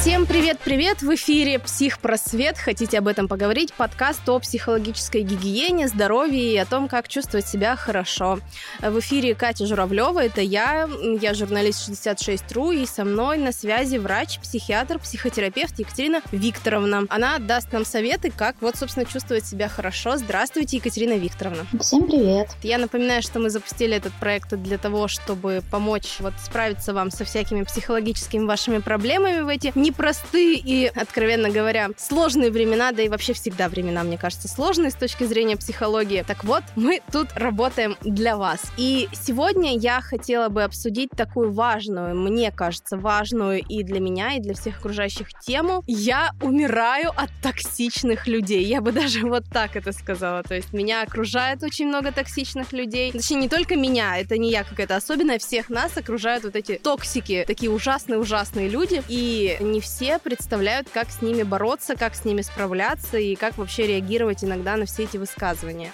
Всем привет-привет! В эфире «Психпросвет». Хотите об этом поговорить? Подкаст о психологической гигиене, здоровье и о том, как чувствовать себя хорошо. В эфире Катя Журавлева, это я журналист 66.ru, и со мной на связи врач, психиатр, психотерапевт Екатерина Викторовна. Она даст нам советы, как собственно, чувствовать себя хорошо. Здравствуйте, Екатерина Викторовна. Всем привет! Я напоминаю, что мы запустили этот проект для того, чтобы помочь справиться вам со всякими психологическими вашими проблемами в эти непростые и, откровенно говоря, сложные времена, да и вообще всегда времена, мне кажется, сложные с точки зрения психологии. Так вот, мы тут работаем для вас. И сегодня я хотела бы обсудить такую важную, мне кажется, важную и для меня, и для всех окружающих тему. Я умираю от токсичных людей. Я бы даже вот так это сказала. То есть меня окружает очень много токсичных людей. Точнее, не только меня, это не я какая-то особенная, всех нас окружают вот эти токсики, такие ужасные-ужасные люди. И не все представляют, как с ними бороться, как с ними справляться и как вообще реагировать иногда на все эти высказывания.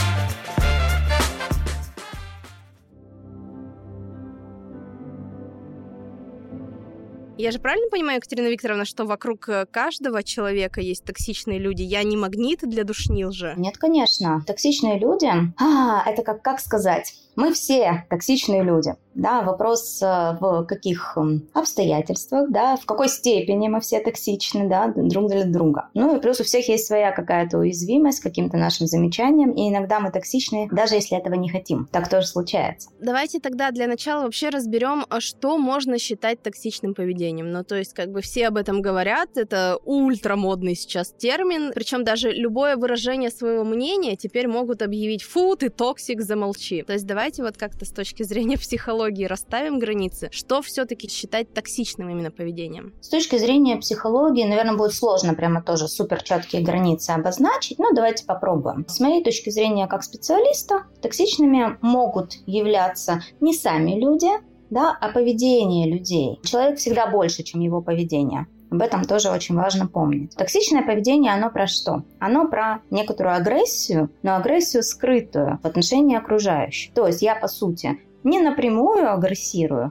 Я же правильно понимаю, Екатерина Викторовна, что вокруг каждого человека есть токсичные люди? Я не магнит для душнил же? Нет, конечно. Токсичные люди... это как сказать? Мы все токсичные люди. Да, вопрос в каких обстоятельствах, да, в какой степени мы все токсичны, да, друг для друга. Ну и плюс у всех есть своя какая-то уязвимость к каким-то нашим замечаниям, и иногда мы токсичны, даже если этого не хотим. Так тоже случается. Давайте тогда для начала вообще разберем, что можно считать токсичным поведением. Ну, то есть, все об этом говорят, это ультрамодный сейчас термин, причем даже любое выражение своего мнения теперь могут объявить: фу, ты токсик, замолчи. То есть давайте как-то с точки зрения психологии расставим границы. Что все-таки считать токсичным именно поведением? С точки зрения психологии, наверное, будет сложно прямо тоже супер четкие границы обозначить, но давайте попробуем. С моей точки зрения как специалиста, токсичными могут являться не сами люди, да, а поведение людей. Человек всегда больше, чем его поведение. Об этом тоже очень важно помнить. Токсичное поведение, оно про что? Оно про некоторую агрессию, но агрессию скрытую в отношении окружающих. То есть я, по сути, не напрямую агрессирую,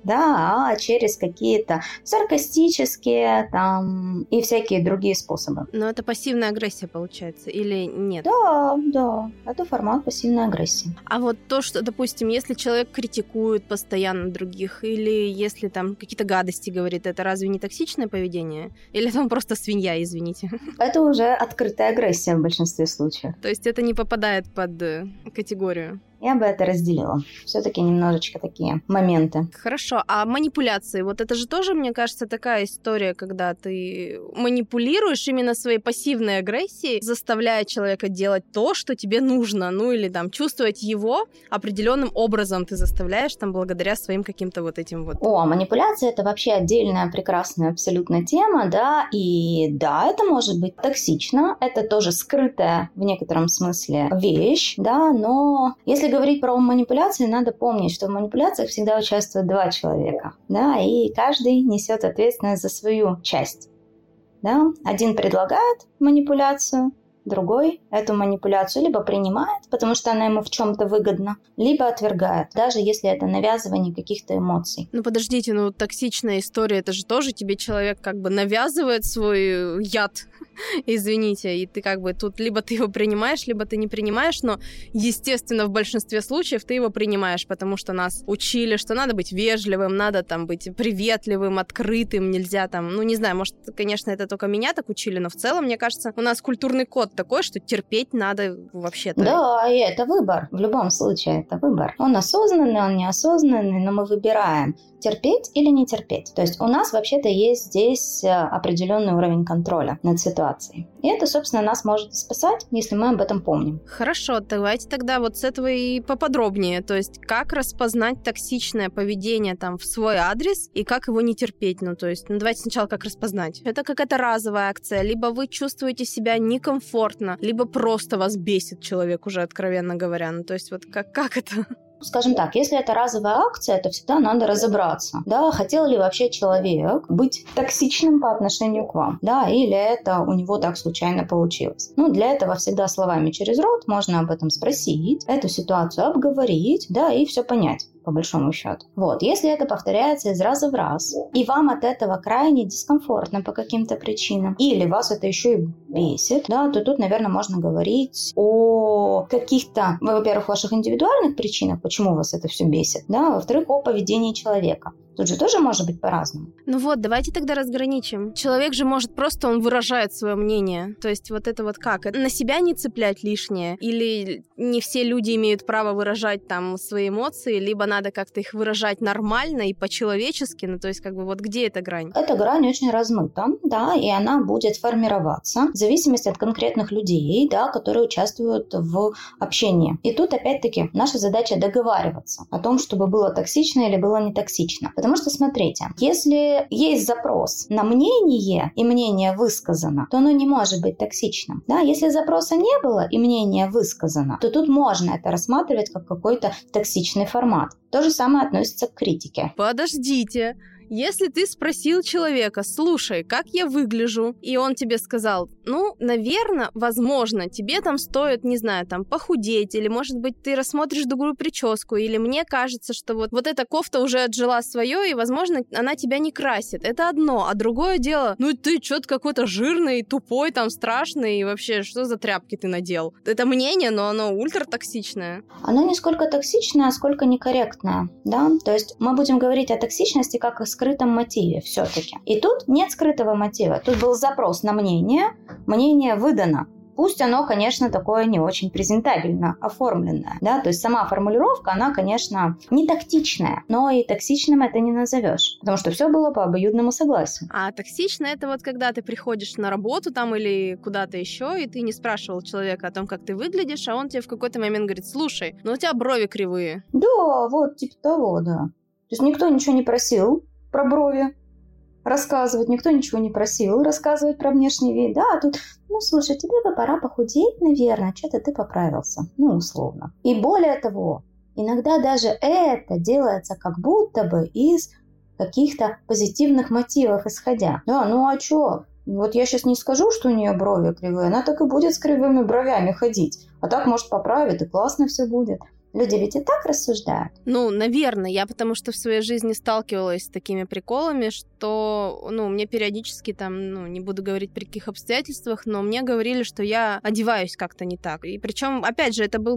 да, а через какие-то саркастические и всякие другие способы. Но это пассивная агрессия получается или нет? Да, это формат пассивной агрессии. А вот то, что, допустим, если человек критикует постоянно других, или если какие-то гадости говорит, это разве не токсичное поведение? Или это он просто свинья, извините? Это уже открытая агрессия в большинстве случаев. То есть это не попадает под категорию? Я бы это разделила. Все-таки немножечко такие моменты. Хорошо. А манипуляции? Это же тоже, мне кажется, такая история, когда ты манипулируешь именно своей пассивной агрессией, заставляя человека делать то, что тебе нужно. Ну или чувствовать его определенным образом ты заставляешь благодаря своим каким-то этим. Манипуляция — это вообще отдельная прекрасная абсолютно тема, да. И да, это может быть токсично. Это тоже скрытая в некотором смысле вещь, да. Но если говорить про манипуляции, надо помнить, что в манипуляциях всегда участвуют два человека, да, и каждый несет ответственность за свою часть, да. Один предлагает манипуляцию, другой эту манипуляцию либо принимает, потому что она ему в чем-то выгодна, либо отвергает, даже если это навязывание каких-то эмоций. Подождите, токсичная история, это же тоже тебе человек навязывает свой яд, извините, и ты тут либо ты его принимаешь, либо ты не принимаешь, но, естественно, в большинстве случаев ты его принимаешь, потому что нас учили, что надо быть вежливым, надо быть приветливым, открытым, нельзя не знаю, может, конечно, это только меня так учили, но в целом, мне кажется, у нас культурный код такой, что терпеть надо вообще-то. Да, и это выбор. В любом случае, это выбор. Он осознанный, он неосознанный, но мы выбираем, терпеть или не терпеть. То есть у нас вообще-то есть здесь определенный уровень контроля над ситуацией. И это, собственно, нас может спасать, если мы об этом помним. Хорошо, давайте тогда с этого и поподробнее. То есть как распознать токсичное поведение в свой адрес и как его не терпеть? Давайте сначала как распознать. Это какая-то разовая акция, либо вы чувствуете себя некомфортно, либо просто вас бесит человек уже, откровенно говоря. То есть как это? Скажем так, если это разовая акция, то всегда надо разобраться, да, хотел ли вообще человек быть токсичным по отношению к вам, да, или это у него так случайно получилось. Для этого всегда словами через рот можно об этом спросить, эту ситуацию обговорить, да, и все понять. по большому счету. Вот, если это повторяется из раза в раз, и вам от этого крайне дискомфортно по каким-то причинам, или вас это еще и бесит, да, то тут, наверное, можно говорить о каких-то, во-первых, ваших индивидуальных причинах, почему вас это все бесит, да, во-вторых, о поведении человека. Тут же тоже может быть по-разному. Ну вот, давайте тогда разграничим. Человек же может просто, он выражает свое мнение. То есть вот это вот как? На себя не цеплять лишнее? Или не все люди имеют право выражать там свои эмоции, либо надо как-то их выражать нормально и по-человечески? Ну то есть как бы вот где эта грань? Эта грань очень размыта, да, и она будет формироваться в зависимости от конкретных людей, да, которые участвуют в общении. И тут опять-таки наша задача договариваться о том, чтобы было токсично или было не токсично. Потому что, смотрите, если есть запрос на мнение, и мнение высказано, то оно не может быть токсичным. Да? Если запроса не было, и мнение высказано, то тут можно это рассматривать как какой-то токсичный формат. То же самое относится к критике. Подождите. Если ты спросил человека, слушай, как я выгляжу, и он тебе сказал, ну, наверное, возможно, тебе там стоит, не знаю, там, похудеть, или, может быть, ты рассмотришь другую прическу, или мне кажется, что вот эта кофта уже отжила свое, и, возможно, она тебя не красит. Это одно. А другое дело, ну, ты что-то какой-то жирный, тупой, там, страшный, и вообще, что за тряпки ты надел? Это мнение, но оно ультратоксичное. Оно не сколько токсичное, сколько некорректное, да? То есть мы будем говорить о токсичности как о скрытом мотиве все-таки. И тут нет скрытого мотива. Тут был запрос на мнение выдано. Пусть оно, конечно, такое не очень презентабельно оформленное, да, то есть сама формулировка, она, конечно, не тактичная, но и токсичным это не назовешь, потому что все было по обоюдному согласию. А токсично это вот когда ты приходишь на работу там или куда-то еще, и ты не спрашивал человека о том, как ты выглядишь, а он тебе в какой-то момент говорит, слушай, ну у тебя брови кривые. Да, вот типа того, да. То есть никто ничего не просил про брови рассказывать, никто ничего не просил рассказывать про внешний вид, да, а тут, ну, слушай, тебе бы пора похудеть, наверное, что-то ты поправился, ну, условно. И более того, иногда даже это делается как будто бы из каких-то позитивных мотивов исходя. Да, ну а что? Вот я сейчас не скажу, что у нее брови кривые, она так и будет с кривыми бровями ходить, а так, может, поправит, и классно все будет. Люди ведь и так рассуждают. Ну, наверное, я потому что в своей жизни сталкивалась с такими приколами, что, ну, мне периодически там, ну, не буду говорить при каких обстоятельствах, но мне говорили, что я одеваюсь как-то не так. И причем, опять же, это был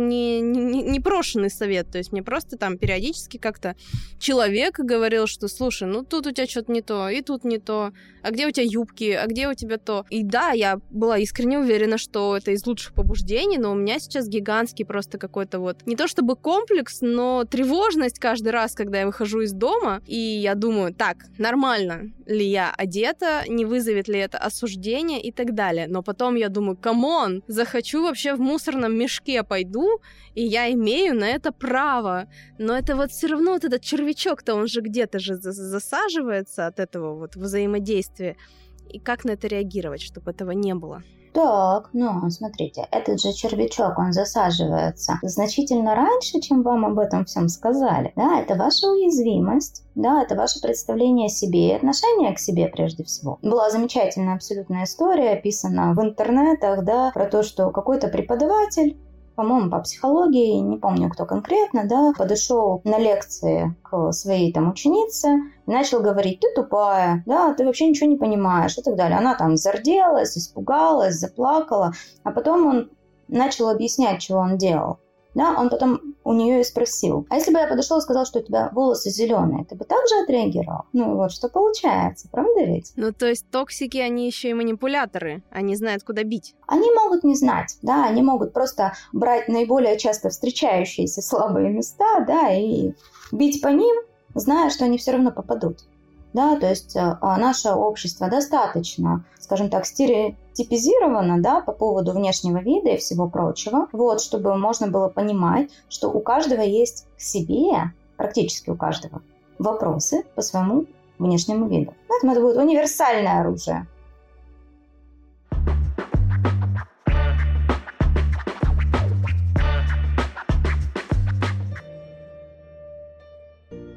не брошенный совет, то есть мне просто там периодически как-то человек говорил, что, слушай, ну, тут у тебя что-то не то, и тут не то, а где у тебя юбки, а где у тебя то. И да, я была искренне уверена, что это из лучших побуждений, но у меня сейчас гигантский просто какой-то вот, не то чтобы комплекс, но тревожность каждый раз, когда я выхожу из дома, и я думаю, так, нормально ли я одета, не вызовет ли это осуждение и так далее. Но потом я думаю, камон, захочу вообще в мусорном мешке пойду, и я имею на это право. Но это вот все равно вот этот червячок-то, он же где-то же засаживается от этого вот взаимодействия. И как на это реагировать, чтобы этого не было? Так, ну, смотрите, этот же червячок, он засаживается значительно раньше, чем вам об этом всем сказали. Да, это ваша уязвимость, да, это ваше представление о себе и отношение к себе прежде всего. Была замечательная абсолютная история, описана в интернетах, да, про то, что какой-то преподаватель, по-моему, по психологии, не помню, кто конкретно, да, подошел на лекции к своей там ученице и начал говорить, ты тупая, да, ты вообще ничего не понимаешь и так далее. Она там зарделась, испугалась, заплакала, а потом он начал объяснять, что он делал. Да, он потом у нее и спросил, а если бы я подошел и сказал, что у тебя волосы зеленые, ты бы так же отреагировал? Ну вот что получается, правда ведь? Ну то есть токсики, они еще и манипуляторы, они знают, куда бить. Они могут не знать, да, они могут просто брать наиболее часто встречающиеся слабые места, да, и бить по ним, зная, что они все равно попадут. Да, то есть наше общество достаточно, скажем так, стереотипизировано, да, по поводу внешнего вида и всего прочего, вот, чтобы можно было понимать, что у каждого есть к себе, практически у каждого, вопросы по своему внешнему виду. Поэтому это будет универсальное оружие.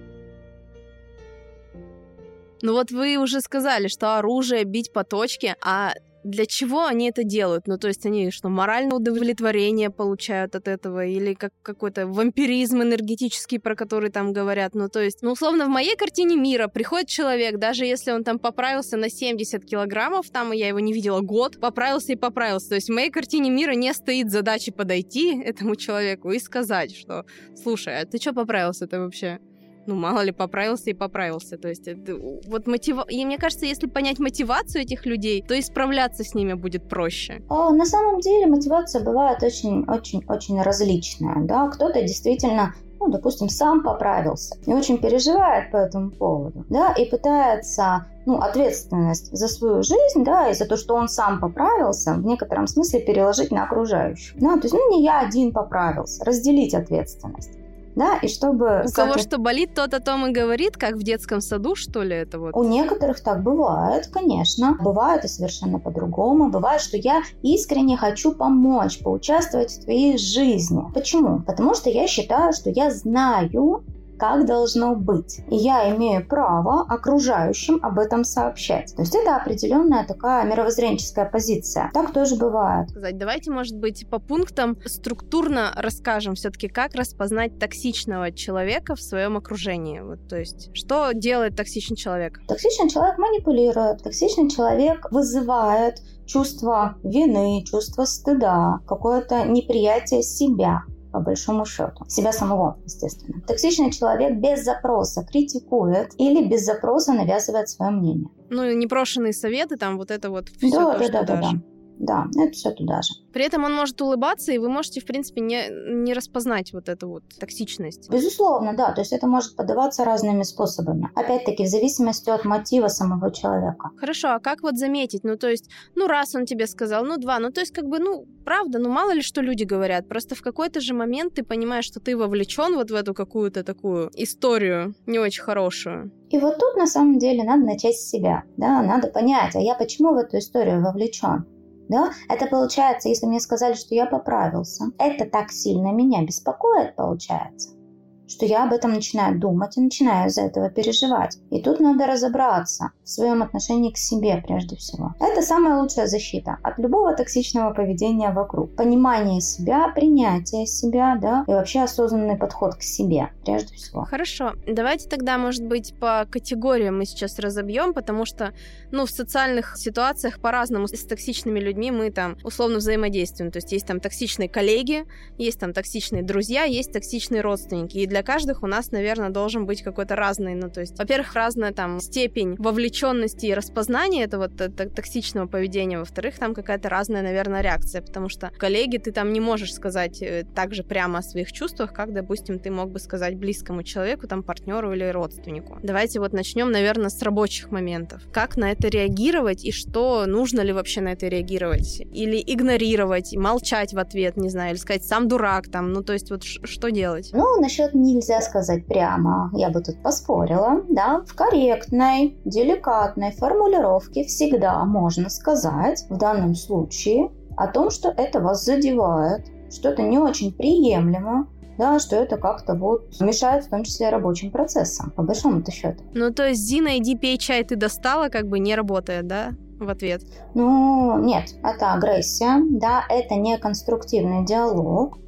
Ну вот вы уже сказали, что оружие бить по точке, а для чего они это делают? Ну, то есть они что, моральное удовлетворение получают от этого? Или как какой-то вампиризм энергетический, про который там говорят? Ну, то есть, условно, в моей картине мира приходит человек, даже если он там поправился на 70 килограммов, там, и я его не видела год, поправился и поправился. То есть в моей картине мира не стоит задачи подойти этому человеку и сказать, что, слушай, а ты что поправился-то вообще? Мало ли, поправился и поправился. То есть, вот и мне кажется, если понять мотивацию этих людей, то и справляться с ними будет проще. На самом деле мотивация бывает очень-очень-очень различная. Да? Кто-то действительно, допустим, сам поправился и очень переживает по этому поводу, да, и пытается ответственность за свою жизнь, да, и за то, что он сам поправился, в некотором смысле переложить на окружающих. Да? То есть, не я один поправился, разделить ответственность. Да, и чтобы... У кого что болит, тот о том и говорит, как в детском саду, что ли, это вот? У некоторых так бывает, конечно. Бывает и совершенно по-другому. Бывает, что я искренне хочу помочь, поучаствовать в твоей жизни. Почему? Потому что я считаю, что я знаю, как должно быть. И я имею право окружающим об этом сообщать. То есть это определенная такая мировоззренческая позиция. Так тоже бывает. Давайте, может быть, по пунктам структурно расскажем все-таки, как распознать токсичного человека в своем окружении. То есть, что делает токсичный человек? Токсичный человек манипулирует. Токсичный человек вызывает чувство вины, чувство стыда, какое-то неприятие себя. По большому счету. Себя самого, естественно. Токсичный человек без запроса критикует или без запроса навязывает свое мнение. Непрошенные советы, там вот это вот все Да. Да, это все туда же. При этом он может улыбаться, и вы можете, в принципе, не распознать вот эту вот токсичность. Безусловно, да. То есть это может подаваться разными способами. Опять-таки, в зависимости от мотива самого человека. Хорошо, а как вот заметить? То есть, раз он тебе сказал, два. То есть, правда, мало ли что люди говорят. Просто в какой-то же момент ты понимаешь, что ты вовлечен вот в эту какую-то такую историю не очень хорошую. И вот тут, на самом деле, надо начать с себя. Да? Надо понять, а я почему в эту историю вовлечен? Да? Это получается, если мне сказали, что я поправился, это так сильно меня беспокоит, получается, что я об этом начинаю думать и начинаю из-за этого переживать. И тут надо разобраться в своем отношении к себе прежде всего. Это самая лучшая защита от любого токсичного поведения вокруг. Понимание себя, принятие себя, да, и вообще осознанный подход к себе прежде всего. Хорошо. Давайте тогда, может быть, по категориям мы сейчас разобьем, потому что, в социальных ситуациях по-разному с токсичными людьми мы там условно взаимодействуем. То есть есть там токсичные коллеги, есть там токсичные друзья, есть токсичные родственники. И для каждых у нас, наверное, должен быть какой-то разный, то есть, во-первых, разная там степень вовлеченности и распознания этого токсичного поведения, во-вторых, там какая-то разная, наверное, реакция, потому что коллеге ты там не можешь сказать так же прямо о своих чувствах, как, допустим, ты мог бы сказать близкому человеку, там, партнеру или родственнику. Давайте вот начнем, наверное, с рабочих моментов. Как на это реагировать и что, нужно ли вообще на это реагировать? Или игнорировать, молчать в ответ, не знаю, или сказать «сам дурак», там, то есть вот что делать? Насчет нельзя сказать прямо, я бы тут поспорила, да, в корректной, деликатной формулировке всегда можно сказать в данном случае о том, что это вас задевает, что это не очень приемлемо, да, что это как-то мешает в том числе рабочим процессам, по большому-то счету. То есть, Зина, иди пей чай, ты достала, не работает, да, в ответ? Нет, это агрессия, да, это не конструктивный диалог,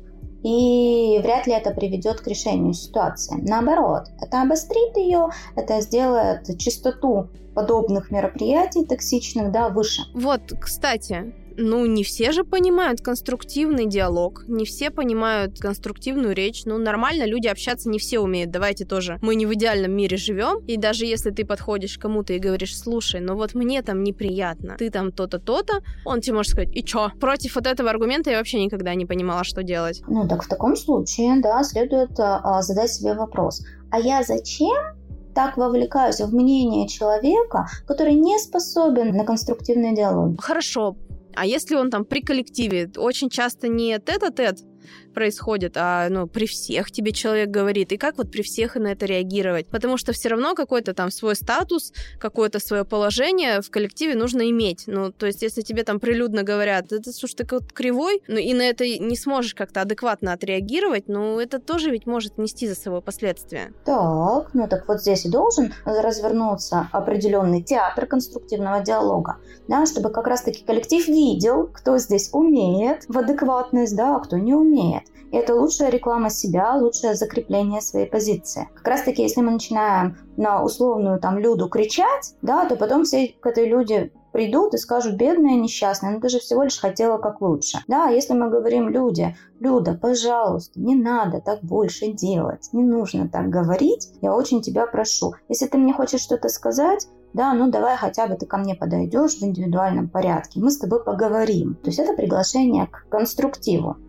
и вряд ли это приведет к решению ситуации. Наоборот, это обострит ее, это сделает частоту подобных мероприятий токсичных, да, выше. Вот, кстати, не все же понимают конструктивный диалог, не все понимают конструктивную речь. Нормально люди общаться не все умеют. Давайте тоже. Мы не в идеальном мире живем, и даже если ты подходишь к кому-то и говоришь: слушай, мне там неприятно, ты там то-то, то-то, он тебе может сказать: и чё? Против вот этого аргумента я вообще никогда не понимала, что делать. Так в таком случае, да, следует задать себе вопрос: а я зачем так вовлекаюсь в мнение человека, который не способен на конструктивный диалог? Хорошо. А если он там при коллективе очень часто не тет-а-тет происходит, а при всех тебе человек говорит, и как вот при всех и на это реагировать? Потому что все равно какой-то там свой статус, какое-то свое положение в коллективе нужно иметь. То есть если тебе там прилюдно говорят, слушай, ты как-то кривой, и на это не сможешь как-то адекватно отреагировать, это тоже ведь может нести за собой последствия. Так, так вот здесь и должен развернуться определенный театр конструктивного диалога, да, чтобы как раз-таки коллектив видел, кто здесь умеет в адекватность, да, а кто не умеет. И это лучшая реклама себя, лучшее закрепление своей позиции. Как раз-таки, если мы начинаем на условную там Люду кричать, да, то потом все к этой Люде придут и скажут: бедная, несчастная, ты же всего лишь хотела как лучше. Да, если мы говорим Люде: Люда, пожалуйста, не надо так больше делать, не нужно так говорить, я очень тебя прошу. Если ты мне хочешь что-то сказать, да, давай хотя бы ты ко мне подойдешь в индивидуальном порядке, мы с тобой поговорим. То есть это приглашение к конструктиву.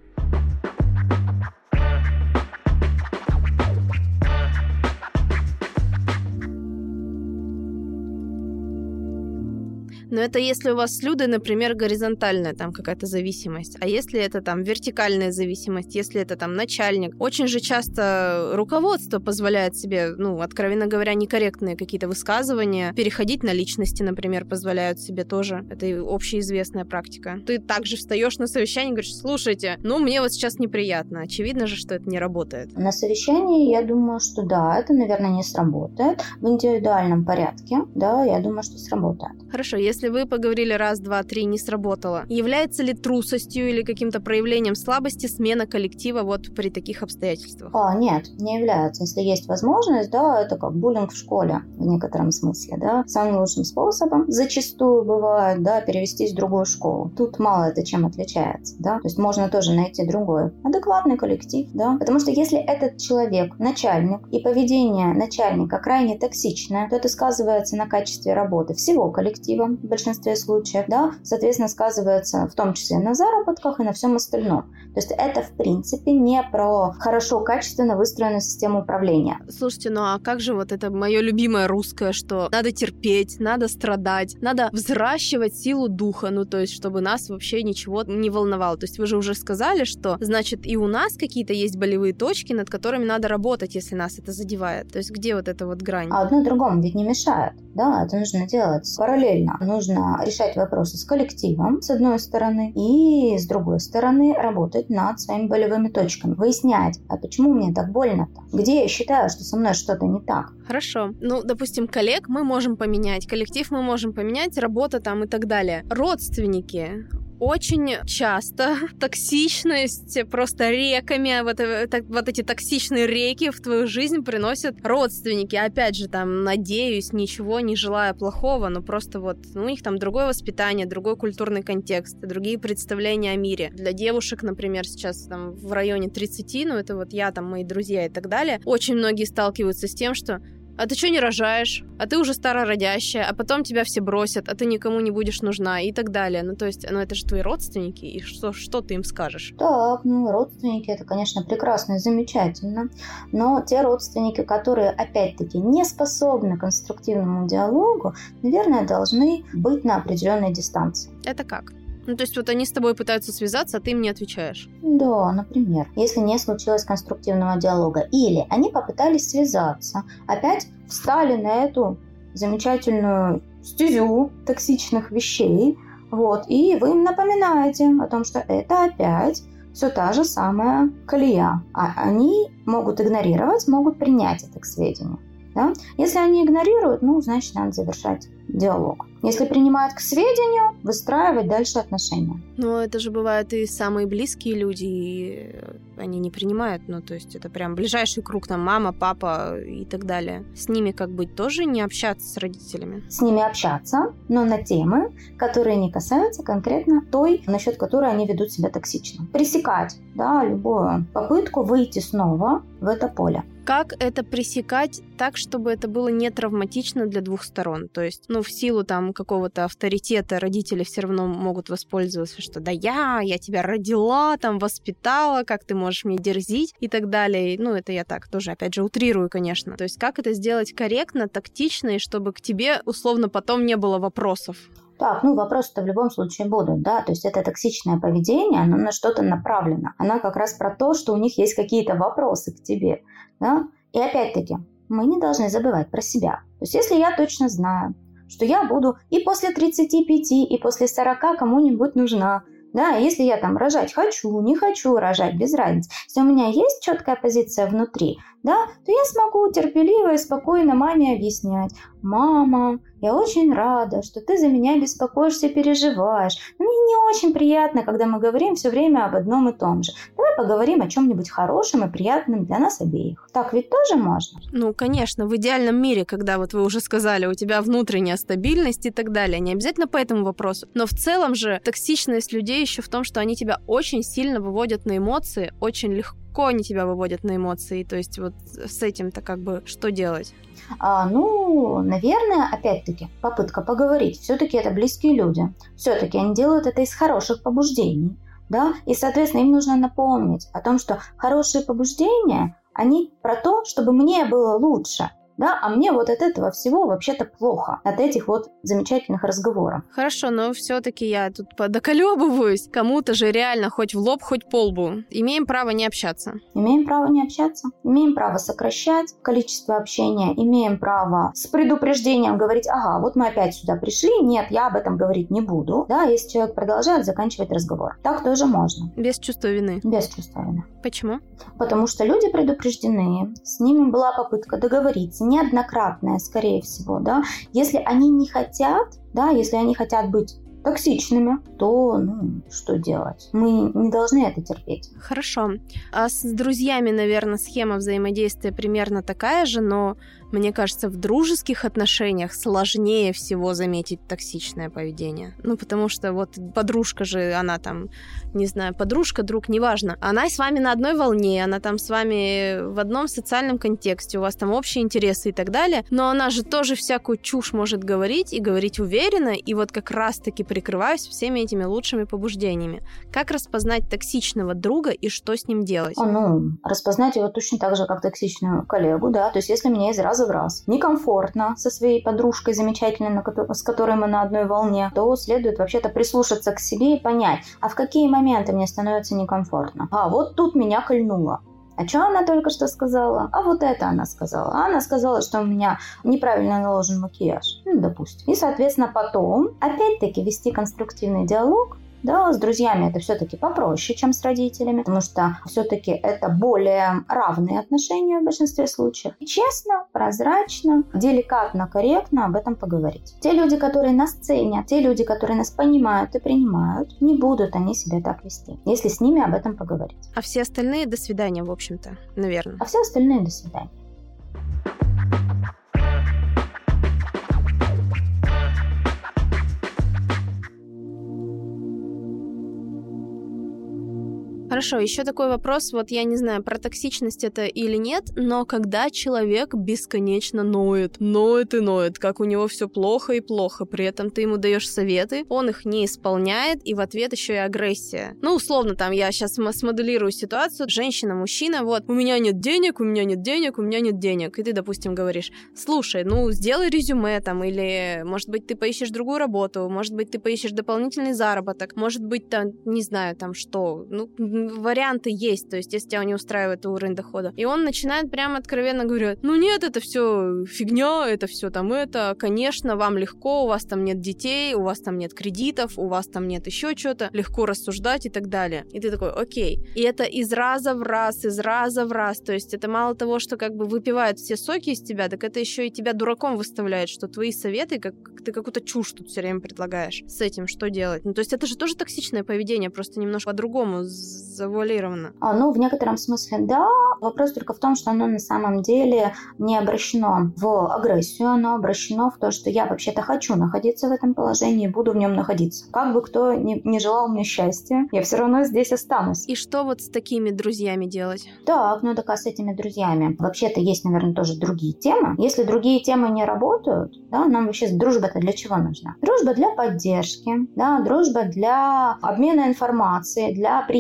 Но это если у вас с Людой, например, горизонтальная там какая-то зависимость. А если это там вертикальная зависимость, если это там начальник. Очень же часто руководство позволяет себе, откровенно говоря, некорректные какие-то высказывания. Переходить на личности, например, позволяют себе тоже. Это общеизвестная практика. Ты также встаешь на совещание и говоришь: слушайте, мне вот сейчас неприятно. Очевидно же, что это не работает. На совещании, я думаю, что да, это, наверное, не сработает. В индивидуальном порядке, да, я думаю, что сработает. Хорошо, если вы поговорили раз, два, три, не сработало, является ли трусостью или каким-то проявлением слабости смена коллектива вот при таких обстоятельствах? Нет, не является. Если есть возможность, да, это как буллинг в школе в некотором смысле, да. Самым лучшим способом зачастую бывает, да, перевестись в другую школу. Тут мало это чем отличается, да. То есть можно тоже найти другой адекватный коллектив, да. Потому что если этот человек начальник и поведение начальника крайне токсичное, то это сказывается на качестве работы всего коллектива в большинстве случаев, да, соответственно, сказывается в том числе на заработках и на всем остальном. То есть это, в принципе, не про хорошо, качественно выстроенную систему управления. Слушайте, а как же вот это мое любимое русское, что надо терпеть, надо страдать, надо взращивать силу духа, то есть чтобы нас вообще ничего не волновало. То есть вы же уже сказали, что, значит, и у нас какие-то есть болевые точки, над которыми надо работать, если нас это задевает. То есть где вот эта вот грань? А одно другому ведь не мешает. Да, это нужно делать параллельно. Нужно решать вопросы с коллективом, с одной стороны, и с другой стороны работать над своими болевыми точками. Выяснять, а почему мне так больно-то? Где я считаю, что со мной что-то не так? Хорошо. Допустим, коллег мы можем поменять, коллектив мы можем поменять, работа там и так далее. Родственники. Очень часто токсичность просто реками, вот эти токсичные реки в твою жизнь приносят родственники. Опять же, там, надеюсь, ничего не желая плохого, но просто у них там другое воспитание, другой культурный контекст, другие представления о мире. Для девушек, например, сейчас там в районе 30, это я, там, мои друзья и так далее, очень многие сталкиваются с тем, что: а ты что не рожаешь? А ты уже старородящая, а потом тебя все бросят, а ты никому не будешь нужна и так далее. То есть, это же твои родственники, и что ты им скажешь? Так, родственники, это, конечно, прекрасно и замечательно, но те родственники, которые, опять-таки, не способны к конструктивному диалогу, наверное, должны быть на определенной дистанции. Это как? То есть они с тобой пытаются связаться, а ты им не отвечаешь? Да, например, если не случилось конструктивного диалога. Или они попытались связаться, опять встали на эту замечательную стезю токсичных вещей, и вы им напоминаете о том, что это опять все та же самая колея. А они могут игнорировать, могут принять это к сведению. Да? Если они игнорируют, значит, надо завершать диалог. Если принимают к сведению, выстраивать дальше отношения. Но это же бывают и самые близкие люди, и они не принимают. То есть это прям ближайший круг, там, мама, папа и так далее. С ними как быть, тоже не общаться с родителями? С ними общаться, но на темы, которые не касаются конкретно той, насчет которой они ведут себя токсично. Пресекать, да, любую попытку выйти снова в это поле. Как это пресекать так, чтобы это было не травматично для двух сторон? То есть, в силу там какого-то авторитета родители все равно могут воспользоваться, что да я тебя родила, там воспитала, как ты можешь мне дерзить и так далее. Это я так тоже, опять же, утрирую, конечно. То есть, как это сделать корректно, тактично, и чтобы к тебе, условно, потом не было вопросов? Так, вопросы-то в любом случае будут, да, то есть это токсичное поведение, оно на что-то направлено. Она как раз про то, что у них есть какие-то вопросы к тебе, да. И опять-таки, мы не должны забывать про себя. То есть если я точно знаю, что я буду и после 35, и после 40 кому-нибудь нужна, да, если я там рожать хочу, не хочу рожать, без разницы. Если у меня есть четкая позиция внутри, да, то я смогу терпеливо и спокойно маме объяснять: мама, я очень рада, что ты за меня беспокоишься, переживаешь. Но мне не очень приятно, когда мы говорим все время об одном и том же. Давай поговорим о чем-нибудь хорошем и приятном для нас обеих. Так ведь тоже можно? Ну, конечно, в идеальном мире, когда вот вы уже сказали, у тебя внутренняя стабильность и так далее, не обязательно по этому вопросу. Но в целом же токсичность людей еще в том, что они тебя очень сильно выводят на эмоции, очень легко они тебя выводят на эмоции. То есть вот с этим-то как бы что делать? Наверное, опять-таки, попытка поговорить. Все-таки это близкие люди. Все-таки они делают это из хороших побуждений. Да? И, соответственно, им нужно напомнить о том, что хорошие побуждения, они про то, чтобы мне было лучше. Да, а мне вот от этого всего вообще-то плохо, от этих вот замечательных разговоров. Хорошо, но все-таки я тут подоколебываюсь. Кому-то же реально хоть в лоб, хоть по лбу. Имеем право не общаться. Имеем право не общаться. Имеем право сокращать количество общения. Имеем право с предупреждением говорить: ага, вот мы опять сюда пришли. Нет, я об этом говорить не буду. Да, если человек продолжает, заканчивать разговор. Так тоже можно. Без чувства вины. Без чувства вины. Почему? Потому что люди предупреждены. С ними была попытка договориться. Неоднократная, скорее всего, да. Если они не хотят, да, если они хотят быть токсичными, то, что делать? Мы не должны это терпеть. Хорошо. А с друзьями, наверное, схема взаимодействия примерно такая же, но мне кажется, в дружеских отношениях сложнее всего заметить токсичное поведение. Потому что вот подружка же, она там, не знаю, подружка, друг, неважно. Она с вами на одной волне, она там с вами в одном социальном контексте, у вас там общие интересы и так далее, но она же тоже всякую чушь может говорить, и говорить уверенно, и вот как раз-таки прикрываюсь всеми этими лучшими побуждениями. Как распознать токсичного друга и что с ним делать? Распознать его точно так же, как токсичную коллегу, да, то есть если мне из раза в раз некомфортно со своей подружкой замечательной, с которой мы на одной волне, то следует вообще-то прислушаться к себе и понять, а в какие моменты мне становится некомфортно. Вот тут меня кольнуло. А что она только что сказала? А вот это она сказала. Она сказала, что у меня неправильно наложен макияж. Допустим. И, соответственно, потом опять-таки вести конструктивный диалог. Да, с друзьями это все-таки попроще, чем с родителями, потому что все-таки это более равные отношения в большинстве случаев. Честно, прозрачно, деликатно, корректно об этом поговорить. Те люди, которые нас ценят, те люди, которые нас понимают и принимают, не будут они себя так вести, если с ними об этом поговорить. А все остальные до свидания, в общем-то, наверное. А все остальные до свидания. Хорошо, еще такой вопрос, вот я не знаю, про токсичность это или нет, но когда человек бесконечно ноет, как у него все плохо и плохо, при этом ты ему даешь советы, он их не исполняет, и в ответ еще и агрессия. Условно, там, я сейчас смоделирую ситуацию, женщина, мужчина, вот, у меня нет денег, и ты, допустим, говоришь: слушай, сделай резюме там, или, может быть, ты поищешь другую работу, может быть, ты поищешь дополнительный заработок, может быть, там, не знаю, там, что, варианты есть, то есть если тебя не устраивает уровень дохода. И он начинает прямо откровенно говорить: нет, это все фигня, это все там это, конечно, вам легко, у вас там нет детей, у вас там нет кредитов, у вас там нет еще чего-то, легко рассуждать и так далее. И ты такой: окей. И это из раза в раз, то есть это мало того, что как бы выпивает все соки из тебя, так это еще и тебя дураком выставляет, что твои советы, как ты какую-то чушь тут все время предлагаешь. С этим что делать? То есть это же тоже токсичное поведение, просто немножко по-другому завуалировано. В некотором смысле да. Вопрос только в том, что оно на самом деле не обращено в агрессию, оно обращено в то, что я вообще-то хочу находиться в этом положении и буду в нем находиться. Как бы кто ни желал мне счастья, я все равно здесь останусь. И что вот с такими друзьями делать? Так, с этими друзьями. Вообще-то есть, наверное, тоже другие темы. Если другие темы не работают, да, нам вообще дружба-то для чего нужна? Дружба для поддержки, да, дружба для обмена информацией, для приятного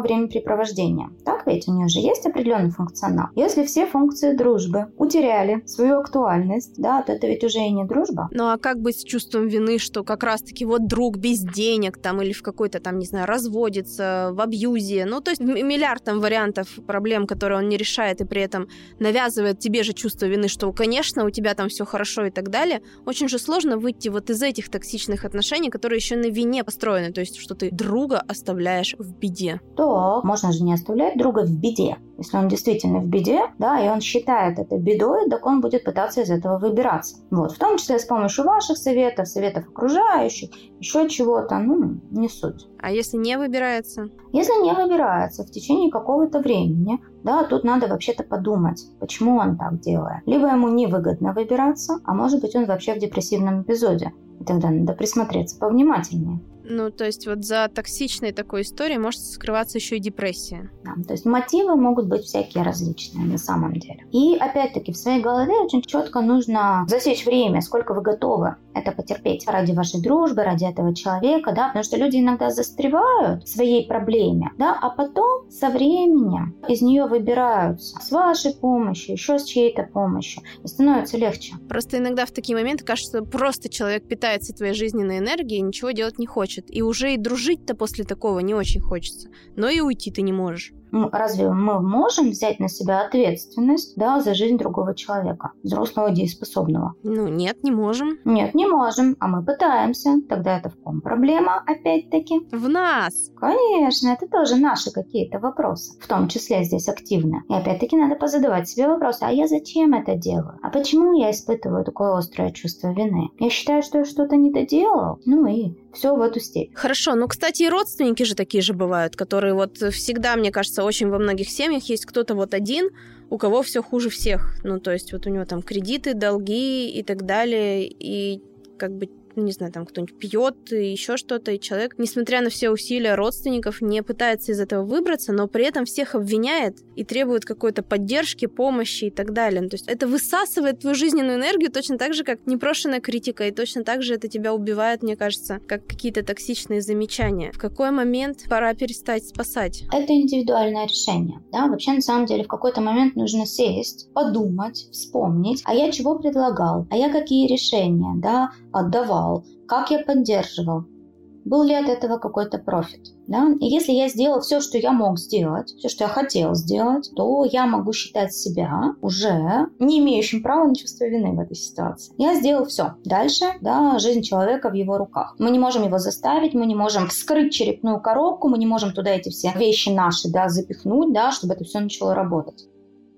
времяпрепровождения. Так ведь? У нее же есть определенный функционал. Если все функции дружбы утеряли свою актуальность, да, то это ведь уже и не дружба. Ну а как быть с чувством вины, что как раз-таки вот друг без денег там или в какой-то там, не знаю, разводится, в абьюзе, ну то есть миллиард там вариантов проблем, которые он не решает и при этом навязывает тебе же чувство вины, что, конечно, у тебя там все хорошо и так далее. Очень же сложно выйти вот из этих токсичных отношений, которые еще на вине построены, то есть что ты друга оставляешь в беде. То можно же не оставлять друга в беде. Если он действительно в беде, да, и он считает это бедой, так он будет пытаться из этого выбираться. Вот, в том числе с помощью ваших советов, советов окружающих, еще чего-то, не суть. А если не выбирается? Если не выбирается в течение какого-то времени, да, тут надо вообще-то подумать, почему он так делает. Либо ему невыгодно выбираться, а может быть он вообще в депрессивном эпизоде. И тогда надо присмотреться повнимательнее. Ну, то есть вот за токсичной такой историей может скрываться еще и депрессия. Да, то есть мотивы могут быть всякие различные на самом деле. И опять-таки в своей голове очень четко нужно засечь время, сколько вы готовы это потерпеть ради вашей дружбы, ради этого человека, да, потому что люди иногда застревают в своей проблеме, да, а потом со временем из нее выбираются с вашей помощью, еще с чьей-то помощью, и становится легче. Просто иногда в такие моменты кажется, просто человек питается твоей жизненной энергией и ничего делать не хочет. И уже и дружить-то после такого не очень хочется. Но и уйти ты не можешь. Разве мы можем взять на себя ответственность, да, за жизнь другого человека, взрослого, дееспособного? Нет, не можем. Нет, не можем, а мы пытаемся. Тогда это в ком проблема, опять-таки? В нас! Конечно, это тоже наши какие-то вопросы, в том числе здесь активно. И опять-таки надо позадавать себе вопросы, а я зачем это делаю? А почему я испытываю такое острое чувство вины? Я считаю, что я что-то не доделал, и все в эту степь. Хорошо, кстати, и родственники же такие же бывают, которые вот всегда, мне кажется, очень во многих семьях есть кто-то вот один, у кого все хуже всех. То есть вот у него там кредиты, долги и так далее, и как бы не знаю, там кто-нибудь пьет и еще что-то, и человек, несмотря на все усилия родственников, не пытается из этого выбраться, но при этом всех обвиняет и требует какой-то поддержки, помощи и так далее. То есть это высасывает твою жизненную энергию точно так же, как непрошенная критика, и точно так же это тебя убивает, мне кажется, как какие-то токсичные замечания. В какой момент пора перестать спасать? Это индивидуальное решение. Да? Вообще, на самом деле, в какой-то момент нужно сесть, подумать, вспомнить, а я чего предлагал, а я какие решения, да, отдавал, как я поддерживал, был ли от этого какой-то профит. Да? И если я сделал все, что я мог сделать, все, что я хотел сделать, то я могу считать себя уже не имеющим права на чувство вины в этой ситуации. Я сделал все. Дальше, да, жизнь человека в его руках. Мы не можем его заставить, мы не можем вскрыть черепную коробку, мы не можем туда эти все вещи наши, да, запихнуть, да, чтобы это все начало работать.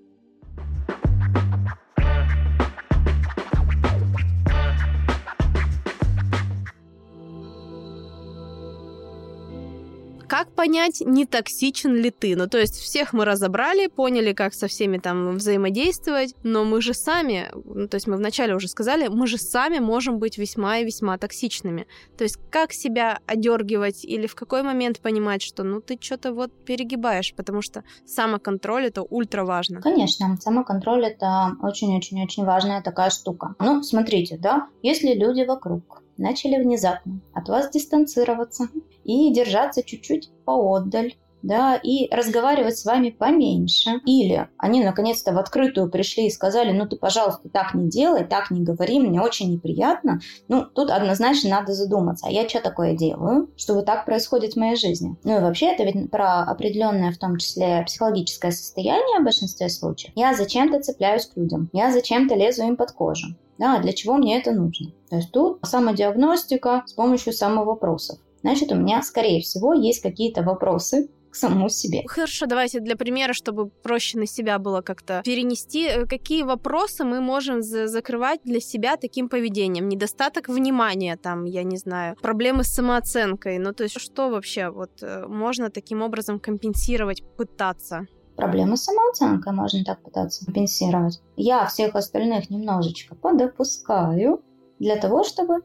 Как понять, не токсичен ли ты? То есть всех мы разобрали, поняли, как со всеми там взаимодействовать, но мы же сами, то есть мы вначале уже сказали, мы же сами можем быть весьма и весьма токсичными. То есть как себя одергивать или в какой момент понимать, что ты что-то вот перегибаешь, потому что самоконтроль — это ультра важно. Конечно, самоконтроль — это очень-очень-очень важная такая штука. Смотрите, да, если люди вокруг начали внезапно от вас дистанцироваться и держаться чуть-чуть поотдаль, да, и разговаривать с вами поменьше. Или они наконец-то в открытую пришли и сказали, ты, пожалуйста, так не делай, так не говори, мне очень неприятно. Тут однозначно надо задуматься, а я что такое делаю, что вот так происходит в моей жизни? И вообще это ведь про определенное, в том числе, психологическое состояние в большинстве случаев. Я зачем-то цепляюсь к людям, я зачем-то лезу им под кожу. Да, для чего мне это нужно? То есть тут самодиагностика с помощью самовопросов. Значит, у меня, скорее всего, есть какие-то вопросы к самому себе. Хорошо, давайте для примера, чтобы проще на себя было как-то перенести. Какие вопросы мы можем закрывать для себя таким поведением? Недостаток внимания, я не знаю, проблемы с самооценкой. То есть что вообще можно таким образом компенсировать, пытаться? Проблемы с самооценкой можно так пытаться компенсировать. Я всех остальных немножечко подопускаю для того, чтобы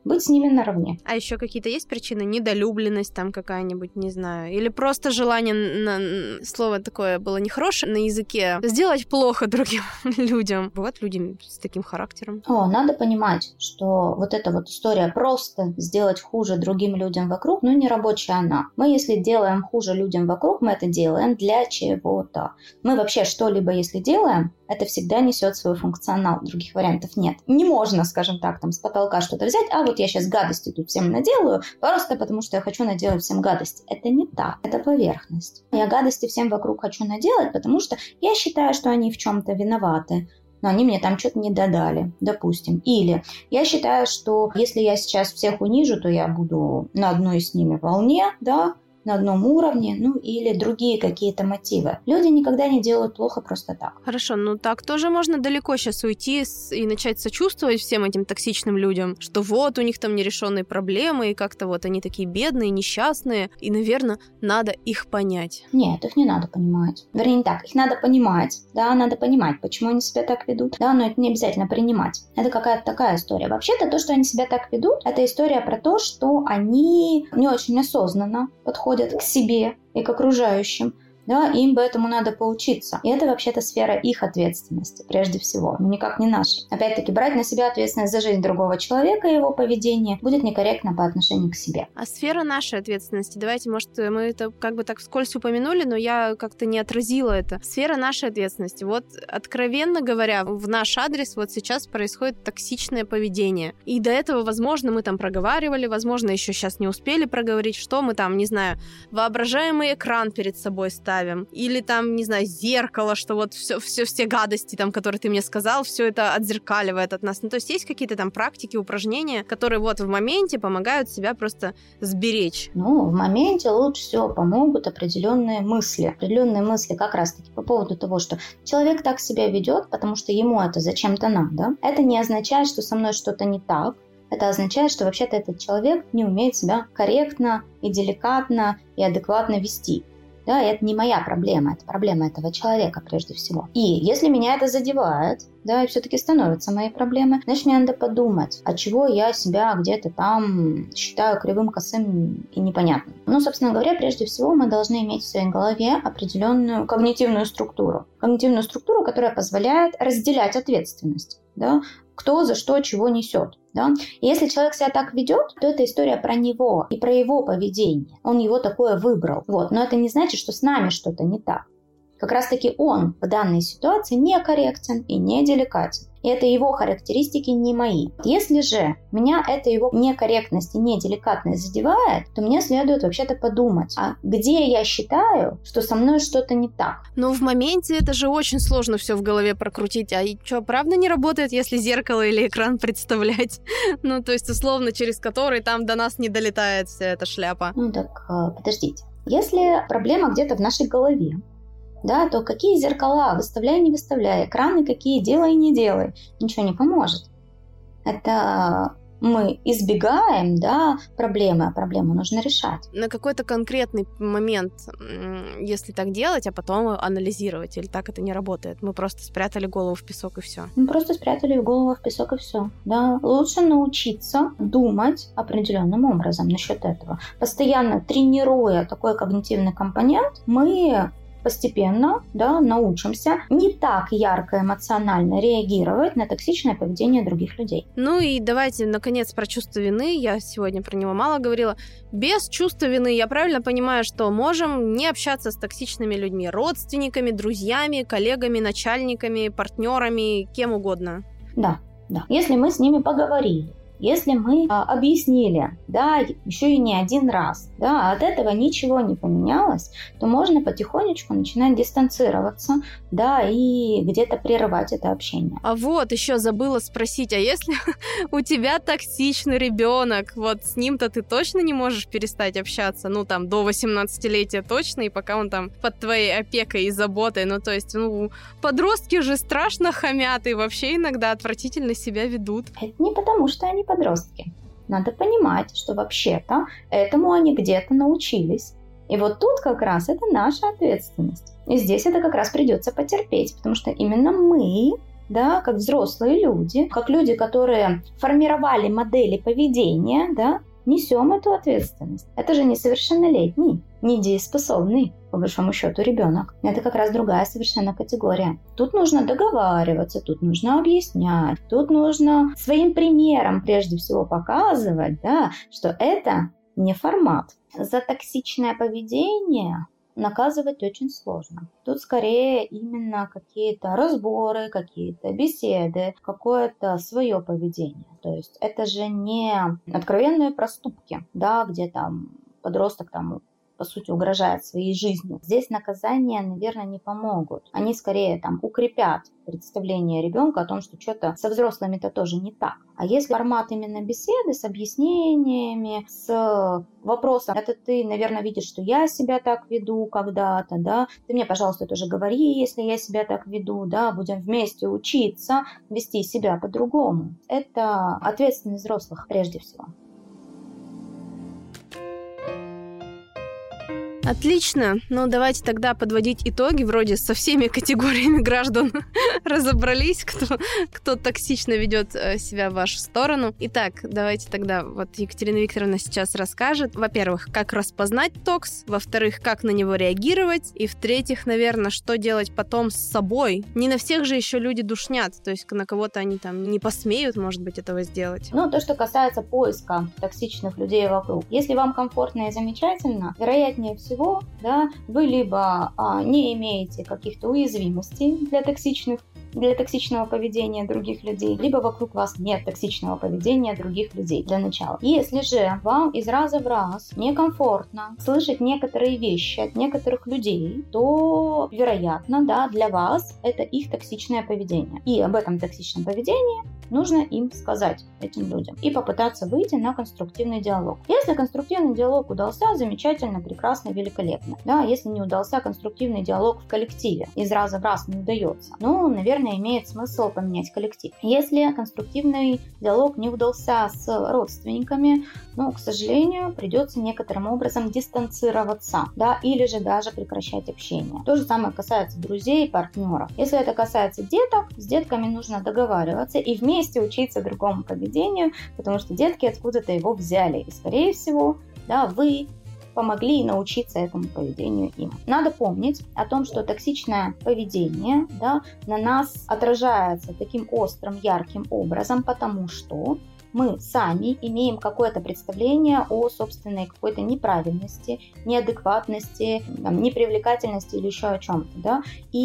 быть с ними наравне. А еще какие-то есть причины? Недолюбленность там какая-нибудь, не знаю. Или просто желание, слово такое было нехорошее на языке, сделать плохо другим людям. Бывают люди с таким характером. Надо понимать, что вот эта вот история просто сделать хуже другим людям вокруг, не рабочая она. Мы, если делаем хуже людям вокруг, мы это делаем для чего-то. Мы вообще что-либо, если делаем, это всегда несет свой функционал. Других вариантов нет. Не можно, скажем так, с потолка что-то взять, вот я сейчас гадости тут всем наделаю, просто потому что я хочу наделать всем гадости. Это не так. Это поверхность. Я гадости всем вокруг хочу наделать, потому что я считаю, что они в чем-то виноваты. Но они мне там что-то не додали, допустим. Или я считаю, что если я сейчас всех унижу, то я буду на одной с ними волне, да, на одном уровне, или другие какие-то мотивы. Люди никогда не делают плохо просто так. Хорошо, так тоже можно далеко сейчас уйти и начать сочувствовать всем этим токсичным людям, что вот у них там нерешенные проблемы, и как-то вот они такие бедные, несчастные, и, наверное, надо их понять. Нет, их не надо понимать. Вернее, не так, их надо понимать, да, надо понимать, почему они себя так ведут, да, но это не обязательно принимать. Это какая-то такая история. Вообще-то то, что они себя так ведут, это история про то, что они не очень осознанно подходят к себе и к окружающим, да, им бы этому надо поучиться. И это вообще-то сфера их ответственности, прежде всего, но никак не наша. Опять-таки, брать на себя ответственность за жизнь другого человека и его поведение будет некорректно по отношению к себе. А сфера нашей ответственности, давайте, может, мы это как бы так вскользь упомянули, но я как-то не отразила это. Сфера нашей ответственности. Вот, откровенно говоря, в наш адрес вот сейчас происходит токсичное поведение. И до этого, возможно, мы там проговаривали, возможно, еще сейчас не успели проговорить, что мы там, не знаю, воображаемый экран перед собой ставим, или там, не знаю, зеркало, что вот все гадости, там, которые ты мне сказал, все это отзеркаливает от нас. То есть есть какие-то там практики, упражнения, которые вот в моменте помогают себя просто сберечь? В моменте лучше всего помогут определенные мысли. Определенные мысли как раз-таки по поводу того, что человек так себя ведет, потому что ему это зачем-то надо. Это не означает, что со мной что-то не так. Это означает, что вообще-то этот человек не умеет себя корректно и деликатно и адекватно вести. Да, это не моя проблема, это проблема этого человека прежде всего. И если меня это задевает, да, и все-таки становится моей проблемой, значит, мне надо подумать, от чего я себя где-то там считаю кривым, косым и непонятным. Собственно говоря, прежде всего мы должны иметь в своей голове определенную когнитивную структуру. Когнитивную структуру, которая позволяет разделять ответственность, да, кто за что чего несет. Да? И если человек себя так ведет, то это история про него и про его поведение. Он его такое выбрал. Но это не значит, что с нами что-то не так. Как раз-таки он в данной ситуации некорректен и неделикатен. И это его характеристики, не мои. Если же меня эта его некорректность и неделикатность задевает, то мне следует вообще-то подумать, а где я считаю, что со мной что-то не так? Но в моменте это же очень сложно все в голове прокрутить. А что, правда не работает, если зеркало или экран представлять? То есть, условно, через который там до нас не долетает вся эта шляпа. Подождите. Если проблема где-то в нашей голове, да, то какие зеркала, выставляй, не выставляй, экраны какие, делай, не делай, ничего не поможет. Это мы избегаем, да, проблемы, а проблему нужно решать. На какой-то конкретный момент, если так делать, а потом анализировать, или так это не работает? Мы просто спрятали голову в песок и все. Мы просто спрятали голову в песок и все. Да, лучше научиться думать определенным образом насчет этого. Постоянно тренируя такой когнитивный компонент, мы постепенно, да, научимся не так ярко эмоционально реагировать на токсичное поведение других людей. И давайте, наконец, про чувство вины. Я сегодня про него мало говорила. Без чувства вины я правильно понимаю, что можем не общаться с токсичными людьми, родственниками, друзьями, коллегами, начальниками, партнерами, кем угодно? Да. Если мы с ними поговорили, если мы объяснили, да, еще и не один раз, да, от этого ничего не поменялось, то можно потихонечку начинать дистанцироваться, да, и где-то прерывать это общение. А вот еще забыла спросить, а если у тебя токсичный ребенок, вот с ним-то ты точно не можешь перестать общаться, там до 18-летия точно, и пока он там под твоей опекой и заботой, то есть, подростки же страшно хамят и вообще иногда отвратительно себя ведут. Это не потому, что они подростки. Надо понимать, что вообще-то этому они где-то научились. И вот тут как раз это наша ответственность. И здесь это как раз придется потерпеть, потому что именно мы да, как взрослые люди, как люди, которые формировали модели поведения, да, несем эту ответственность. Это же несовершеннолетний, недееспособный, по большому счету, ребенок. Это как раз другая совершенно категория. Тут нужно договариваться, тут нужно объяснять, тут нужно своим примером прежде всего показывать, да, что это не формат. За токсичное поведение наказывать очень сложно. Тут скорее именно какие-то разборы, какие-то беседы, какое-то свое поведение. То есть это же не откровенные проступки, да, где там подросток там по сути, угрожает своей жизнью. Здесь наказания, наверное, не помогут. Они скорее там укрепят представление ребенка о том, что что-то со взрослыми-то тоже не так. А если формат именно беседы с объяснениями, с вопросом, это ты, наверное, видишь, что я себя так веду когда-то, да, ты мне, пожалуйста, тоже говори, если я себя так веду, да, будем вместе учиться вести себя по-другому. Это ответственность взрослых прежде всего. Отлично. Ну, давайте тогда подводить итоги. Вроде со всеми категориями граждан разобрались, кто токсично ведет себя в вашу сторону. Итак, давайте тогда вот Екатерина Викторовна сейчас расскажет, во-первых, как распознать токс, во-вторых, как на него реагировать, и в-третьих, наверное, что делать потом с собой. Не на всех же еще люди душнят, то есть на кого-то они там не посмеют, может быть, этого сделать. Ну, то, что касается поиска токсичных людей вокруг. Если вам комфортно и замечательно, вероятнее всего, да, вы либо не имеете каких-то уязвимостей для токсичного поведения других людей, либо вокруг вас нет токсичного поведения других людей для начала. Если же вам из раза в раз некомфортно слышать некоторые вещи от некоторых людей, то, вероятно, да, для вас это их токсичное поведение. И об этом токсичном поведении нужно им сказать, этим людям, и попытаться выйти на конструктивный диалог. Если конструктивный диалог удался, замечательно, прекрасно, великолепно. Да, если не удался конструктивный диалог в коллективе, из раза в раз не удается, ну, наверное, имеет смысл поменять коллектив. Если конструктивный диалог не удался с родственниками, ну, к сожалению, придется некоторым образом дистанцироваться, да, или же даже прекращать общение. То же самое касается друзей, партнеров. Если это касается деток, с детками нужно договариваться и вместе учиться другому поведению, потому что детки откуда-то его взяли. И, скорее всего, да, вы помогли научиться этому поведению им. Надо помнить о том, что токсичное поведение, да, на нас отражается таким острым, ярким образом, потому что мы сами имеем какое-то представление о собственной какой-то неправильности, неадекватности, там, непривлекательности или еще о чем-то, да,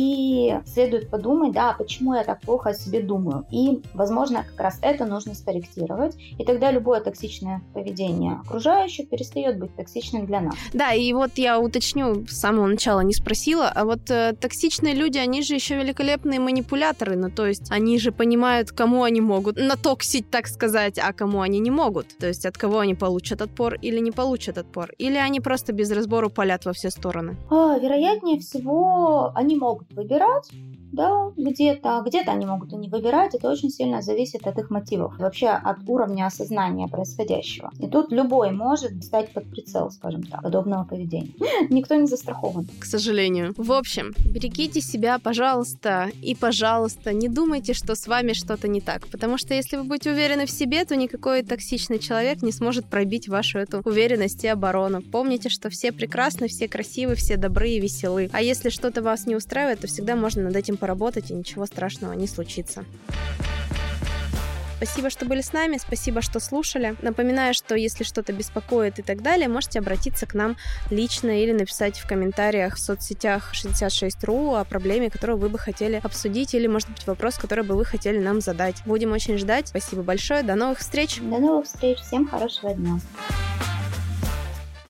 и следует подумать, да, почему я так плохо о себе думаю, и, возможно, как раз это нужно скорректировать, и тогда любое токсичное поведение окружающих перестает быть токсичным для нас. Да, и вот я уточню, с самого начала не спросила, а вот токсичные люди, они же еще великолепные манипуляторы, ну, то есть они же понимают, кому они могут натоксить, так сказать, а кому они не могут. То есть от кого они получат отпор или не получат отпор. Или они просто без разбору палят во все стороны. Вероятнее всего, они могут выбирать, да, где-то они могут и не выбирать. Это очень сильно зависит от их мотивов. Вообще от уровня осознания происходящего. И тут любой может стать под прицел, скажем так, подобного поведения. Никто не застрахован. К сожалению. В общем, берегите себя, пожалуйста, и, пожалуйста, не думайте, что с вами что-то не так. Потому что если вы будете уверены в себе, то никакой токсичный человек не сможет пробить вашу эту уверенность и оборону. Помните, что все прекрасны, все красивы, все добры и веселы. А если что-то вас не устраивает, то всегда можно над этим поработать, и ничего страшного не случится. Спасибо, что были с нами, спасибо, что слушали. Напоминаю, что если что-то беспокоит и так далее, можете обратиться к нам лично или написать в комментариях в соцсетях 66.ru о проблеме, которую вы бы хотели обсудить, или, может быть, вопрос, который бы вы хотели нам задать. Будем очень ждать. Спасибо большое. До новых встреч. До новых встреч. Всем хорошего дня.